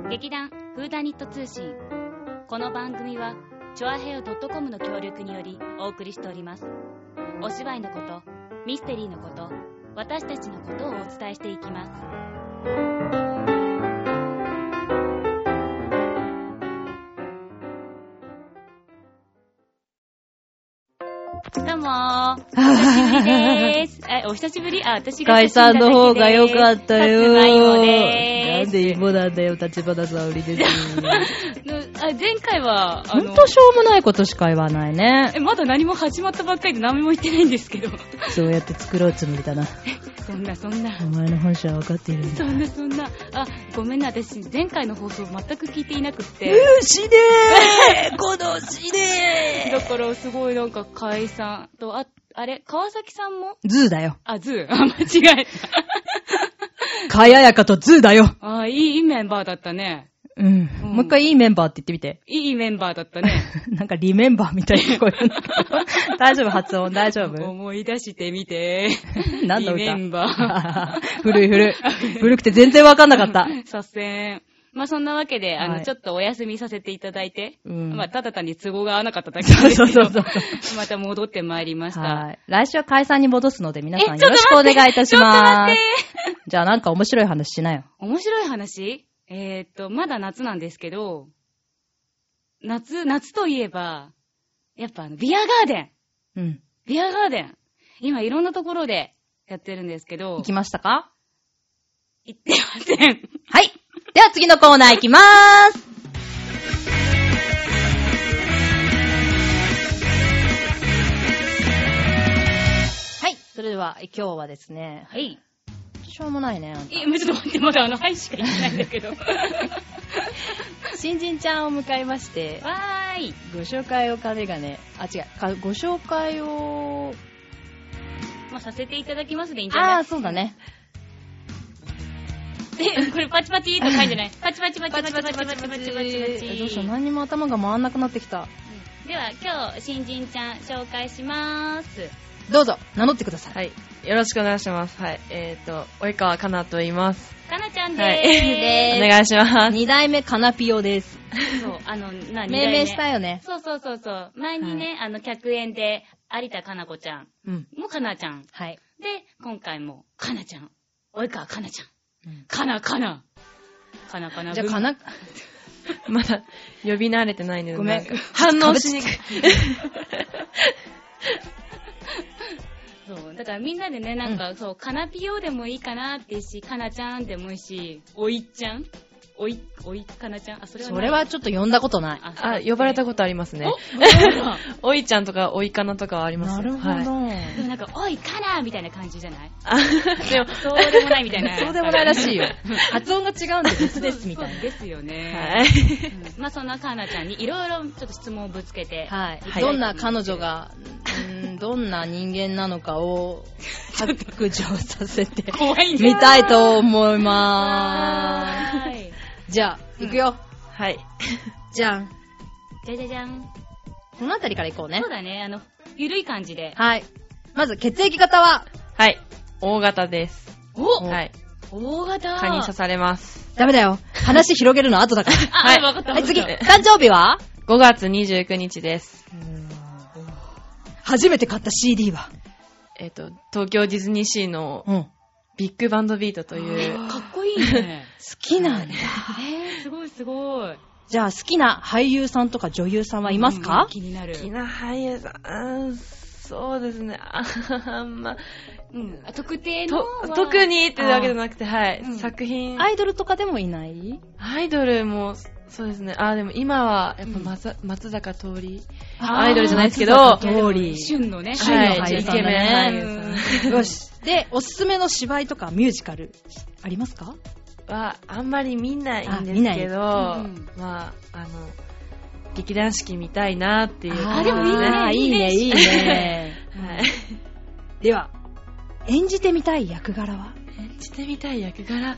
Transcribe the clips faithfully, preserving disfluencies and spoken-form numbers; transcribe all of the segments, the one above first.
劇団フーダニット通信。この番組はチョアヘオ .com の協力によりお送りしております。お芝居のこと、ミステリーのこと、私たちのことをお伝えしていきます。どうもー、お久しぶりでーす。え、お久しぶり？あ、私が解散の方が良かったよー。 さつまいもでーす。 なんで芋なんだよ、立花沙織です。 あ、前回は、 ほんとしょうもないことしか言わないね。 え、まだ何も始まったばっかりで何も言ってないんですけど。 そうやって作ろうつもりだな。 そんなそんな。 お前の本性は分かっているんだ。 そんなそんな。あ、ごめんな、私、前回の放送全く聞いていなくって。 うしでーこのしでーだからすごいなんか、解散と、あ、あれ、川崎さんもズーだよ。 あ、ズー。あ、間違えた。 かややかとズーだよ。 あ、いい、いいメンバーだったね。 うん。うん、もう一回いいメンバーって言ってみて。 いいメンバーだったね。 なんかリメンバーみたいに聞こえるんだけど。大丈夫？発音大丈夫？ 思い出してみて。 何の歌？ リメンバー。 古い古い。古くて全然わかんなかった。 させん。まあ、そんなわけで、あの、はい、ちょっとお休みさせていただいて、うん、まあ、ただ単に都合が合わなかっただけですけど、そうそうそうそうまた戻ってまいりました。はい。 来週は解散に戻すので、皆さんよろしくお願いいたします。ちょっと待って。じゃあなんか面白い話しなよ。 面白い話？えー、っと、まだ夏なんですけど、夏、夏といえば、やっぱあの、ビアガーデン。 うん。 ビアガーデン。今いろんなところでやってるんですけど。 行きましたか？ 行ってません。 はい。では次のコーナー行きまーす。はい。それでは今日はですね。 はい。 しょうもないね。 え、ちょっと待って、まだあの、はいしか言ってないんだけど。 新人ちゃんを迎えまして。 わーい。 ご紹介を彼がね、あ、違う、かご紹介を、 まあ、させていただきますでいいんじゃない？ あー、そうだね。 え、これパチパチとかいんじゃない？パチパチパチパチパチパチパチパチパチパチ。 どうしよう、何にも頭が回んなくなってきた。 うん、では、今日、新人ちゃん紹介しまーす。 どうぞ、名乗ってください。 はい。よろしくお願いします。はい。えっ、ー、と、及川かなと言います。 かなちゃんでーす。 はい、でーす。お願いします。 二代目かなぴよです。 そう、あの、な、 命名したよね。 そうそうそうそう。前にね、はい、あの、客演で、有田かな子ちゃんもかなちゃん。 はい。 で、今回も、かなちゃん。及川かなちゃん。うん、かなかな。かなかな。 じゃあかな、 まだ呼び慣れてないんで、 ごめん。 反応しにくい。 そう、だからみんなでね、なんか、うん、そう、かなぴよでもいいかなってし、かなちゃんでもいいし、おいちゃんおい、おいかなちゃんあ、それはそれはちょっと呼んだことない。 あ、あ、呼ばれたことありますね。おいちゃんとかおいかなとかはあります。 なるほど。はい、 でもなんか、おいかなみたいな感じじゃない？ あ、でも、 そうでもないみたいな。 そうでもないらしいよ。発音が違うんで別ですみたいな。 ですよね。 はい。 うん、まあそんなかなちゃんにいろいろちょっと質問をぶつけて。 はい。はい、どんな彼女が、んどんな人間なのかを白状させてみたいと思いまーす。はい。じゃあ、行くよ。 はい。 じゃん。 じゃじゃじゃん。 このあたりから行こうね。 そうだね。あの、ゆるい感じで。 はい。まず、血液型は？ はい。大型です。 お！ はい。 大型。 蚊に刺されます。 ダメだよ。話広げるの後だから。 はい。わかった。 はい、次。誕生日は？ ごがつにじゅうくにちです。 初めて買った シーディー は？ えっと、東京ディズニーシーの、うん。ビッグバンドビートという。 かっこいいね。 好きなんだ。 えー、すごいすごい。 じゃあ好きな俳優さんとか女優さんはいますか？ うん、気になる。 好きな俳優さん、うん、そうですね。あんま、 うん、特定の特にってわけじゃなくて、はい、うん、作品。 アイドルとかでもいない？ アイドルも、そうですね。あ、でも今は、やっぱ松、うん、松坂桃李。アイドルじゃないですけど、 松坂桃李。 旬のね。 旬の俳優さんだね。 はい、イケメン俳優さん。 よし。で、おすすめの芝居とかミュージカル、ありますか？ は、あんまり見ないんですけど、うん、まあ、あの、劇団四季見たいなっていう。 あ、でもいいね。 あ、いいね、いいね。はい。では、演じてみたい役柄は？ 演じてみたい役柄？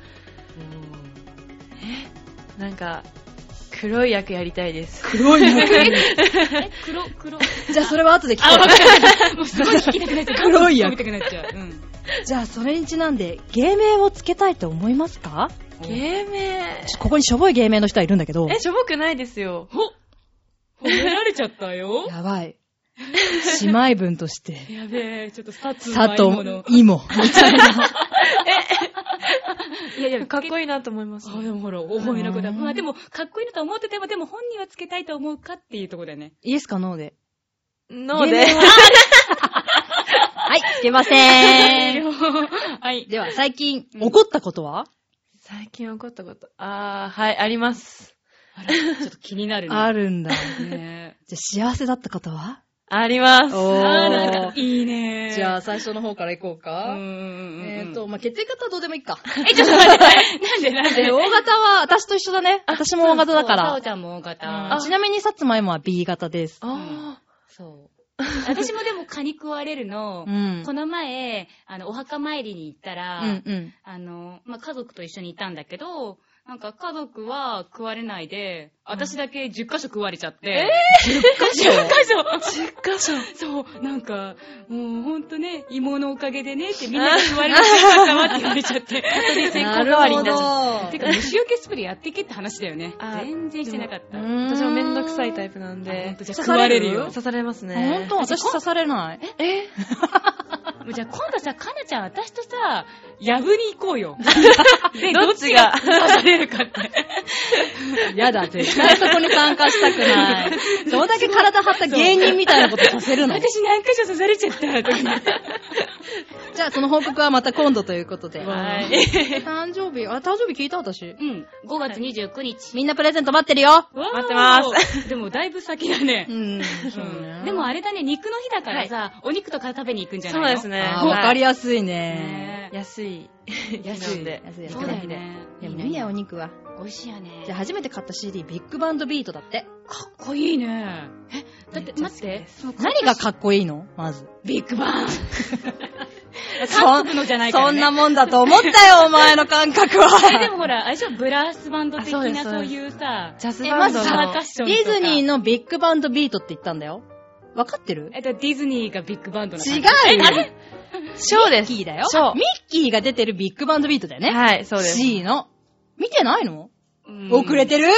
え、なんか、黒い役やりたいです。 黒い役え、黒、黒。 じゃあそれは後で聞こう。 あ、わかった。もうすごい聞きたくなっちゃう。 黒い役。 聞きたくなっちゃう。うん。 じゃあそれにちなんで、芸名をつけたいと思いますか？ 芸名。 ここにしょぼい芸名の人はいるんだけど。 え、しょぼくないですよ。 ほ、褒められちゃったよ。 やばい。姉妹分として。 やべえ、ちょっとサツ佐藤イモ。みたいな。 いやいや、かっこいいなと思います、 ね。あ、でもほら、お褒めの子だ。まあでも、かっこいいなと思ってても、でも本人はつけたいと思うかっていうところだよね。 イエスかノーで。 ノーで。 はい、つけません。 はい。 では、最近、怒ったことは？ 最近怒ったこと。あー、はい、あります。 あれ、ちょっと気になるね。 あるんだ。ね、じゃあ、幸せだったことは？ あります。 おー、 なんかいいね。 じゃあ、最初の方から行こうか。 うーん。 えーと、まあ、血液型はどうでもいいか。 え、ちょっと待って、なんでなんでえ、大型は、私と一緒だね。私も大型だから。 さおちゃんも大型。 ちなみに、さつまいもは ビー 型です。 ああ、そう。私もでも蚊に食われるの、うん、この前、あの、お墓参りに行ったら、うんうん、あの、まあ、家族と一緒にいたんだけど、なんか家族は食われないで、私だけじゅっかしょ食われちゃって。えー、じゅっかしょ ?じゅっかしょ ?じゅっかしょそう、なんか、もうほんとね、芋のおかげでね、ってみんなで食われなかったわって言われちゃって、蚊取り線香代わりになっちゃって。てか、虫除けスプレーやってけって話だよね。全然してなかった。 私もめんどくさいタイプなんで。 じゃあ食われるよ。 刺されますね。 ほんと？私刺されない。 ええじゃあ今度さ、かなちゃん私とさ、やぶに行こうよ。 で、どっちが刺されるかって。 やだ、絶対そこに参加したくない。どれだけ体張った芸人みたいなことさせるの？ 私何か所刺されちゃった。 じゃあその報告はまた今度ということで。 はい。 誕生日、あ、誕生日聞いた私。 うん。ごがつにじゅうくにち。 みんなプレゼント待ってるよ。 待ってます。 でもだいぶ先だね。 うん。そうね。 でもあれだね、肉の日だからさ、お肉とか食べに行くんじゃないの？ そうですね。 わかりやすいね。 安い。 安い。安い。 そうだよね。 いや、いいね、お肉は。 美味しいよね。 じゃあ初めて買った シーディー、ビッグバンドビートだって。 かっこいいね。え、だって待って。 何がかっこいいの？まず。 ビッグバン。 韓国のじゃないからね。そんなもんだと思ったよ、お前の感覚は。 でもほら、あれでしょ、ブラスバンド的なそういうさ、 ジャズバンドの。 ディズニーのビッグバンドビートって言ったんだよ。わかってる？ えっと、ディズニーがビッグバンドの。 違うよ。あれ？ ショーです。 ミッキーだよ。ショー。ミッキーが出てるビッグバンドビートだよね。 はい、そうです。 C の。見てないの？遅れてるー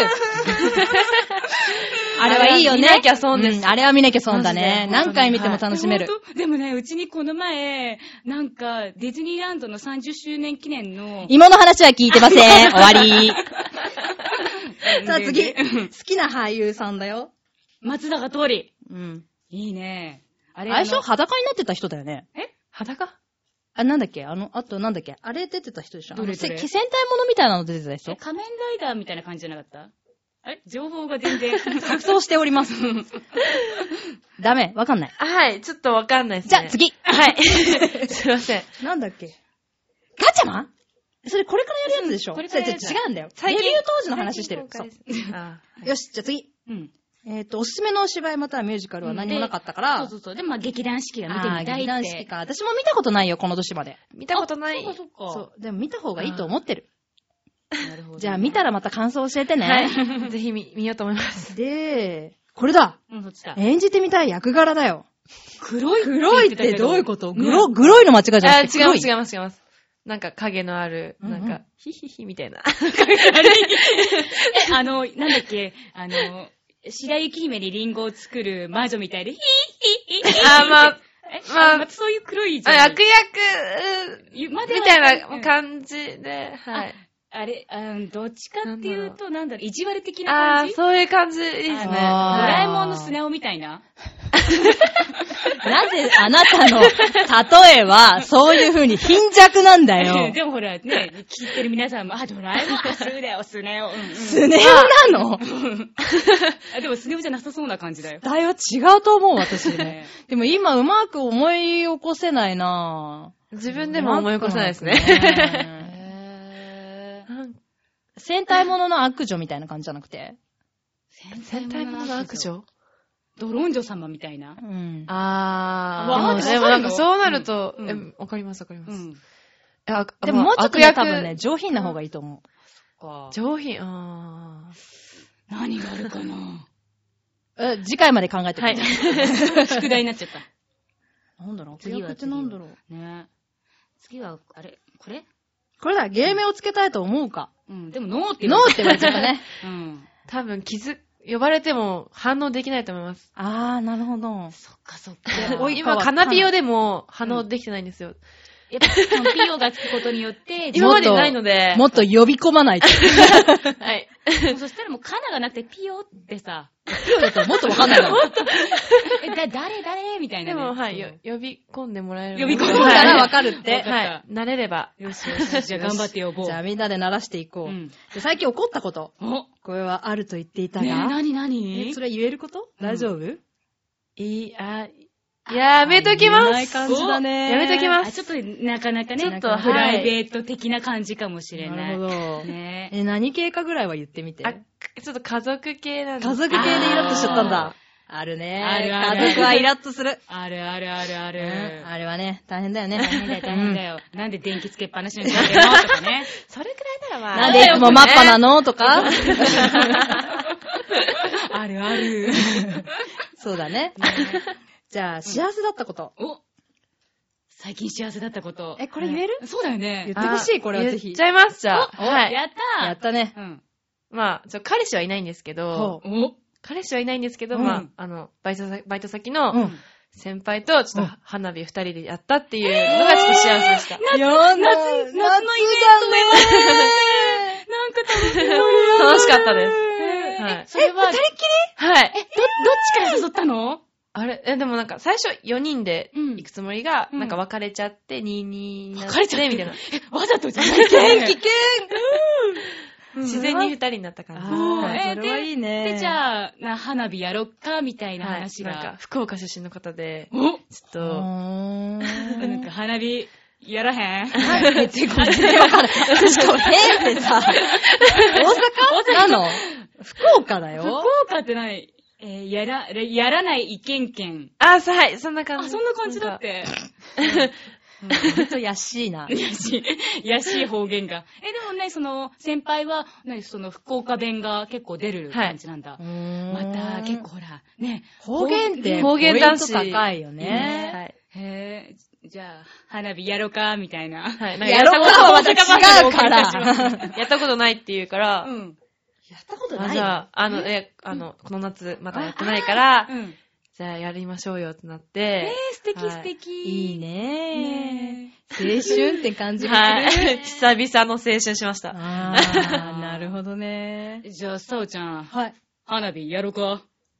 あれはいいよね。 見なきゃ損です、 うん。あれは見なきゃ損だね。何回見ても楽しめる。 はい、でもね、うちにこの前、なんか、ディズニーランドのさんじゅっしゅうねん記念の。 芋の話は聞いてません。終わり。さあ次。好きな俳優さんだよ。 松坂桃李。 うん。 いいね。 あれ、最初裸になってた人だよね。 え？ 裸？ あ、なんだっけあの、あとなんだっけあれ出てた人でしょ？ どれどれ？ 戦隊ものみたいなの出てた人？ 仮面ライダーみたいな感じじゃなかった？あれ情報が全然。 錯綜しております。ダメわかんない。 はい、ちょっとわかんないですね。 じゃあ次はい。すいません。 なんだっけガチャマン？それこれからやるやつでしょ？ これからやるやつ。 違うんだよ。デビュー当時の話してる。そう。 あよし、じゃあ次。うん。えっと、おすすめのお芝居またはミュージカルは何もなかったから。 そうそうそう。でもまあ劇団四季が見てみたいって。 劇団四季か。私も見たことないよ、この年まで。 見たことない。 そうかそうか。 そう。でも見た方がいいと思ってる。 なるほど。 じゃあ見たらまた感想教えてね。 はい。ぜひ見、見ようと思います。 で、これだ。 うん、そっちだ。 演じてみたい役柄だよ。 黒い黒いってどういうことグロ、グロいの間違いじゃなくて。 あ、違います違います違います。なんか影のある、なんか、ヒヒヒみたいな。 え、あの、なんだっけ、あの、白雪姫にリンゴを作る魔女みたいで、ヒーヒーヒー。 あ、まあ、 まあ、まあ、そういう黒いじゃん。 悪役、みたいな感じで、はい。 あれ、うん、どっちかっていうと、なんだろう、意地悪的な感じ？ ああ、そういう感じいいですね。ドラえもんのスネ夫みたいな。 なぜあなたの例えは、そういう風に貧弱なんだよ。 でもほら、ね、聞いてる皆さんも、あ、ドラえもん、そうだよ、スネ夫。うんうん、 スネ夫なのでもスネ夫じゃなさそうな感じだよ。 だよ、違うと思う、私ね。でも今、うまく思い起こせないなぁ。 自分でも思い起こせないですね。 戦隊ものの悪女みたいな感じじゃなくて。 戦隊ものの悪女？ ドロンジョ様みたいな。 うん。 あー。でもなんかそうなると、 うん、 え、わかりますわかります。うん、 でももうちょっとね、多分ね、上品な方がいいと思う。 そっか。 上品、あー。何があるかなえ、次回まで考えてください。宿題になっちゃった。 なんだろう次はってなんだろうね。次は、あれこれこれだ、芸名をつけたいと思うか。 うん、でもノーって言われちゃった。ノーって言われちゃったね。 うん。多分、気づ、呼ばれても反応できないと思います。 あー、なるほど。 そっかそっか。 今、カナピオでも反応できてないんですよ。うんやっぱそのピオがつくことによって、 今までないので。 もっと呼び込まないと。 はい。 そしたらもうカナがなくてピオってさ、 ピオだともっとわかんないから。もっと。 え、だ、誰誰みたいな、 ね。でも、はい、よ、呼び込んでもらえる。 呼び込んだらわかるって。 はい。慣れれば。 よしよし。じゃあ頑張って呼ぼう。 じゃあみんなで鳴らしていこう。うん、で最近起こったこと。おこれはあると言っていたが。 ねえ、なになに？ え、それ言えること？うん、大丈夫？ いい、あ、やめときます。 ない感じだね。 やめときます。 ちょっとなかなかね、 ちょっとプライベート的な感じかもしれない。 なるほど。ね、え、何系かぐらいは言ってみて。 あ、ちょっと家族系なんだ。 家族系でイラッとしちゃったんだ。あるね。 あるある。 家族はイラッとする。 あるあるあるある、 うん。あれはね、大変だよね。 大変だよ、大変だよ。うん、なんで電気つけっぱなしにしてるのとかね。 それくらいならまあ。 なんでいつもマッパなのとか。 あるある。 そうだね。じゃあ、幸せだったこと。 うん、お最近幸せだったこと。 え、これ言える？ そうだよね。 言ってほしい、これはぜひ。 言っちゃいます、じゃあ。 はい。やったー。やったね。 うん。まあ、ちょ、彼氏はいないんですけど、お彼氏はいないんですけど、うん、まあ、あの、バイト先、バイト先の先輩と、ちょっと花火二人でやったっていうのがちょっと幸せでした。 夏、夏、夏のイベントだね。なんか楽しそう。 楽しかったです。 はい。それは、 え、二人っきり？はい。 え、ど、どっちから誘ったの？ あれえ、でもなんか最初よにんで行くつもりが、うん、なんか別れちゃって、にたいになって。 別れちゃってみたいな。 え、わざとじゃない危険危険自然にふたりになった感じ。 はい。それはいいね。 で、じゃあ、な花火やろっか、みたいな話が。 はい、なんか、福岡出身の方で、 おちょっと、 なんか花火、やらへん別にこっちでわかる。私こう、へんってさ、大阪なの福岡だよ。 福岡ってない。えー、やら、やらない意見権。 あ、はい、そんな感じ。 あ、そんな感じだって。 ほんとやしいな。 やしい、やしい方言が。え、でもね、その、先輩は、ね、その、福岡弁が結構出る感じなんだ。はい、また、結構ほら、ね。 方言って、 方言男子高いよね。 はい。へぇ、じゃあ、花火やろか、みたいな。 はい。なんかやろかはまた違うから。 やったことないって言うから、 うん。 やったことない？ じゃあ、あの、え、あの、この夏まだやってないから、うん。じゃあやりましょうよってなって。 えー、素敵、はい、素敵。 いいねー。青春って感じがする。はい。久々の青春しました。 あー、なるほどね。 じゃあ、さおちゃん。 はい。 花火やろうか。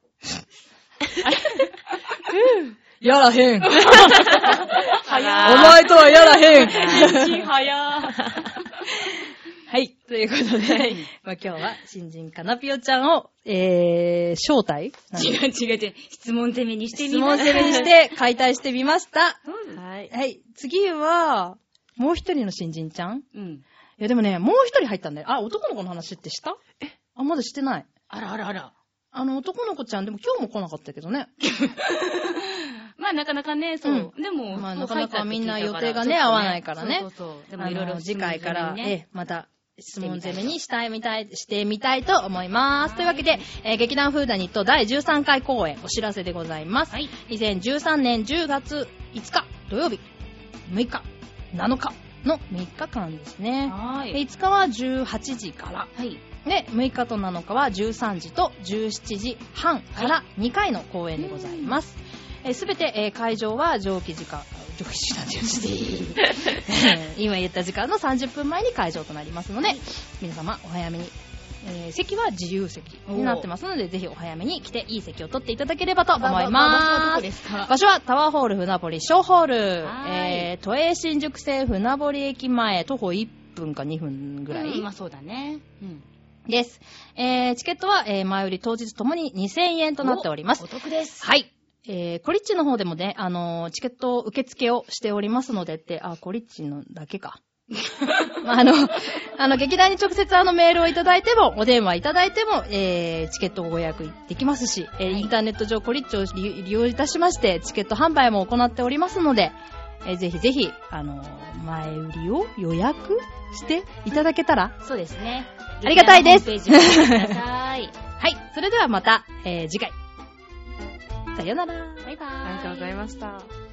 やらへん。 早お前とはやらへん。 新人早はい。ということで、まあ、今日は新人かなぴよちゃんを、えー、招待違う違う違う。質問攻めにしてみました。 質問攻めにして解体してみました。 うん、はい。 はい。次は、もう一人の新人ちゃんうん。 いやでもね、もう一人入ったんだよ。あ、男の子の話ってした？えあ、まだしてない。 あらあらあら。 あの、男の子ちゃん、でも今日も来なかったけどね。 まあなかなかね、そう。うん、でも、 まあなかなかみんな予定がね、合わないからね。 そうそうそう。でもいろいろ次回から、え、また、質問攻めにしたいみたい、してみたいと思います。というわけで、えー、劇団フーダニットだいじゅうさんかい公演お知らせでございます。はい。にせんじゅうさんねんじゅうがついつか土曜日、むいか、なのかのみっかかんですね。 はい。 いつかはじゅうはちじから。 はい。 で、むいかとなのかはじゅうさんじとじゅうしちじはんからにかいの公演でございます。すべ、て、えー、会場は上記時間、上記時間って言って今言った時間のさんじゅっぷんまえに会場となりますので、皆様お早めに、えー、席は自由席になってますので、ぜひお早めに来ていい席を取っていただければと思います。 ですか？ 場所はタワーホール船堀小ホール、えー、都営新宿線船堀駅前徒歩いっぷんかにふんぐらい、 うん、まあそうだね。うんです。えー、チケットは、えー、前売り当日ともににせんえんとなっております。 お得です。 はい。えー、コリッチの方でもね、あのー、チケット受付をしておりますのでって、あ、コリッチのだけか。あの、あの、劇団に直接あのメールをいただいても、お電話いただいても、えー、チケットをご予約できますし、えー、インターネット上コリッチを利用いたしまして、チケット販売も行っておりますので、えー、ぜひぜひ、あのー、前売りを予約していただけたら。 そうですね。 ありがたいです。はい。 それではまた、えー、次回。さよなら。 バイバーイ。 ありがとうございました。